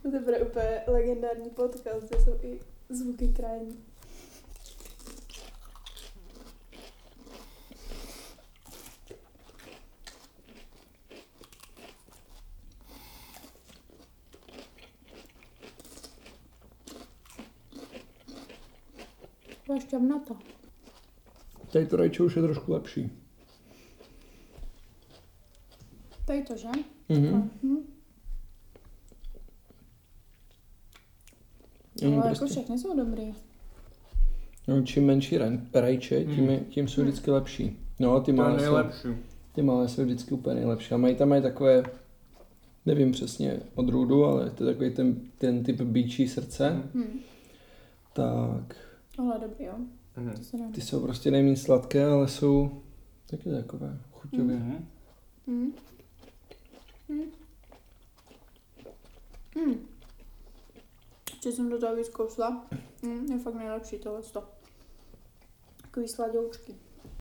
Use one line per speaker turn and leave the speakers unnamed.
To bude úplně legendární podcast, kde jsou i zvuky krajní. To je šťavnata.
Tady to rajče už je trošku lepší.
Tady to, že?
Mhm.
Ale jako všechny jsou dobrý.
No, čím menší rajče, tím jsou vždycky lepší. No, ty malé jsou vždycky úplně nejlepší. A mají tam takové, nevím přesně odrůdu, ale to je takový ten typ býčí srdce. Tak.
Ale dobrý, jo.
Ty jsou prostě nejméně sladké, ale jsou taky takové chuťově.
Ještě jsem do toho víc kousla. Je fakt nejlepší tohle. Takový sladoučky.